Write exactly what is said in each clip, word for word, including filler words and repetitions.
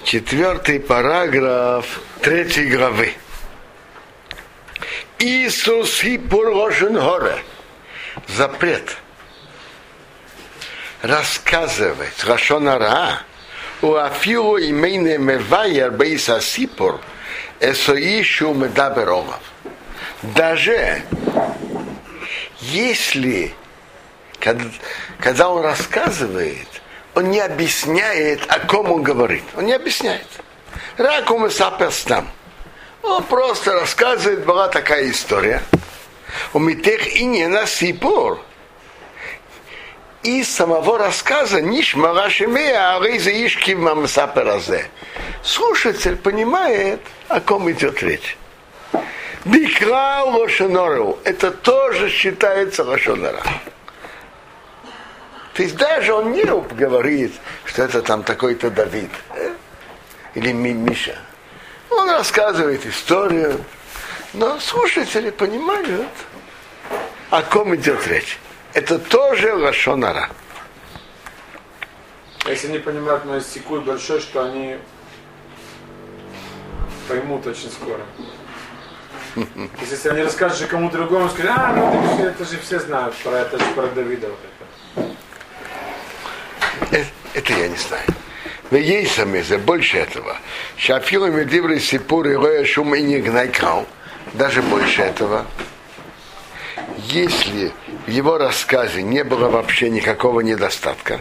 Четвертый параграф третьей главы. Иисус и Пургошен Горе. Запрет рассказывать Лашон ара у афилу имейне мевайер бейса сипур эсоишу медаберогов. Даже если когда, когда он рассказывает, он не объясняет, о ком он говорит. Он не объясняет. Ракум и сапестам. Он просто рассказывает, была такая история. У митех и не на сипур. Из самого рассказа нишмара шемея арейза ишки мамсаперазе. Слушатель понимает, о ком идет речь. Бикрау лошонору. Это тоже считается лошонора. То есть даже он не говорит, что это там такой-то Давид э? или Миша. Он рассказывает историю, но слушатели понимают, о ком идет речь. Это тоже лашон ара. Если они понимают, но есть сикуй большой, что они поймут очень скоро. То есть, если они расскажут же кому-то другому, скажут, а, ну это, это же все знают про это, про Давида. Вот это. это я не знаю. Но есть самеза, больше этого. Шафилами диври сипур и роя шум и не гнайкал. Даже больше этого. Если в его рассказе не было вообще никакого недостатка,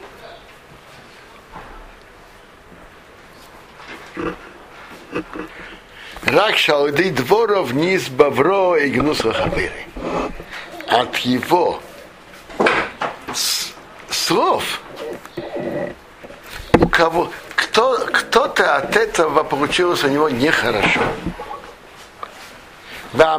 рак шалды дворов низ бавро и гнус лахабиры. От его слов у кого кто, кто-то от этого получилось у него нехорошо. А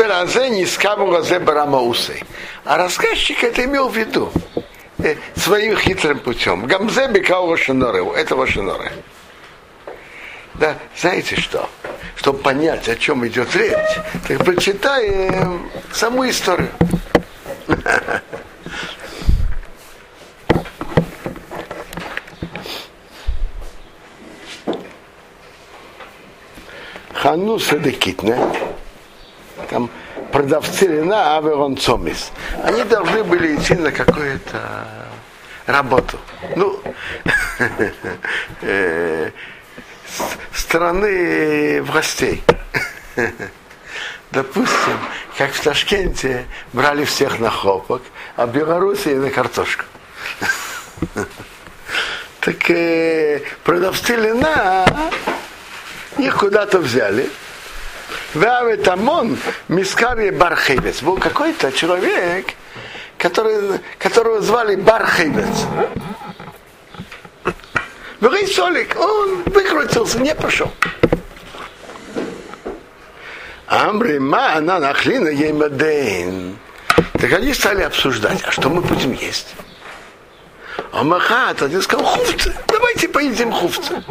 рассказчик это имел в виду э, своим хитрым путем. Гамзе бекал лошонору, это лошоноры. Да, знаете что? Чтобы понять, о чем идет речь, так прочитаем саму историю. Хану седекитне. Там продавцы вина Аверон Цомис. Они должны были идти на какую-то работу. Ну, страны властей. Допустим, как в Ташкенте брали всех на хлопок, а в Белоруссии на картошку. Так продавцы вина их куда-то взяли. Ваветамон мискарье Бархейбец. Был какой-то человек, который, которого звали Бархейбец. Солик, он выкрутился, не пошел. Амрима, она нахлина ей мадейн. Так они стали обсуждать, а что мы будем есть? А Махат один сказал, хувцы, давайте поедим хувцы.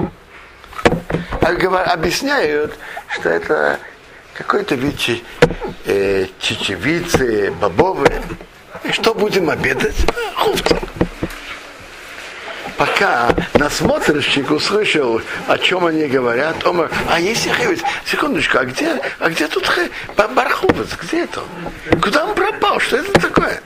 Объясняют, что это какой-то вид э, чечевицы, бобовые. И что будем обедать? Хувцы. Пока насмотрщик услышал, о чем они говорят, он говорит, а если хевец, секундочку, а где, а где тут хэ, бархувец, где это? Куда он пропал? Что это такое?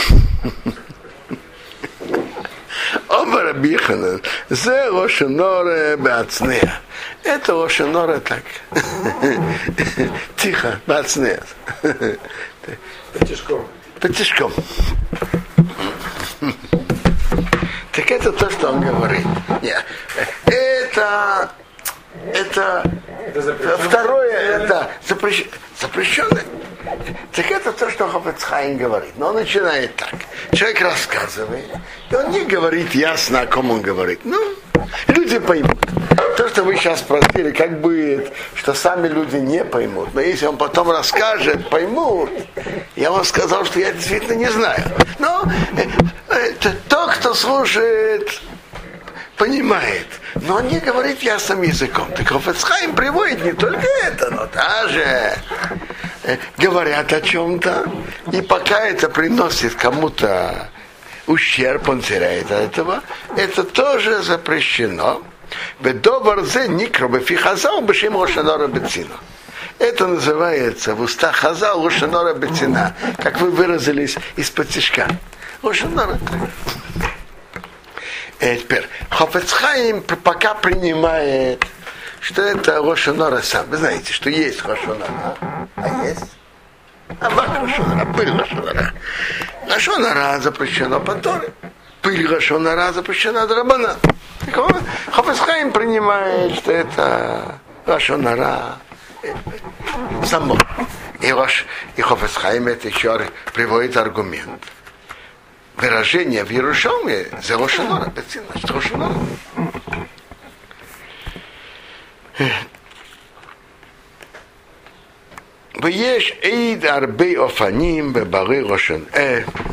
Омар Абиханан, зе лошоноре бацнея. Это лошоноре так. Тихо, бацнея. Потишком. Потишком. Так это то, что он говорит. Нет. Это, это, это второе, да, запрещ, запрещенное. Так это то, что Хафец Хаим говорит. Но он начинает так. Человек рассказывает, и он не говорит ясно, о ком он говорит. Ну, люди поймут. То, что вы сейчас спросили, как будет, что сами люди не поймут. Но если он потом расскажет, поймут. Я вам сказал, что я действительно не знаю. Но это то, кто слушает, понимает. Но он не говорит ясным языком. Так Хафец Хаим приводит не только это, но даже говорят о чем-то, и пока это приносит кому-то ущерб, он теряет от этого, это тоже запрещено. Бедоварзе никро бефихазал бешим рошанора бецина. Это называется в устах Хазал Лошанора Бетина, как вы выразились из-под тишка. Лошанора. И теперь Хафец Хаим пока принимает, что это Лошанора сам. Вы знаете, что есть Лошанора, а есть Авак Лошанора, пыль Лошанора. Лошанора запрещено по Торе, пыль Лошанора запрещена драбана. Хафец Хаим принимает, что это Лошанора. Само. И Рош, и Хафец Хаим это еще приводит аргумент. Выражение в Иерушалме за Лошанора, Бецин, значит Лошанора. Вееш эйд арбей офаним бебары Лошан.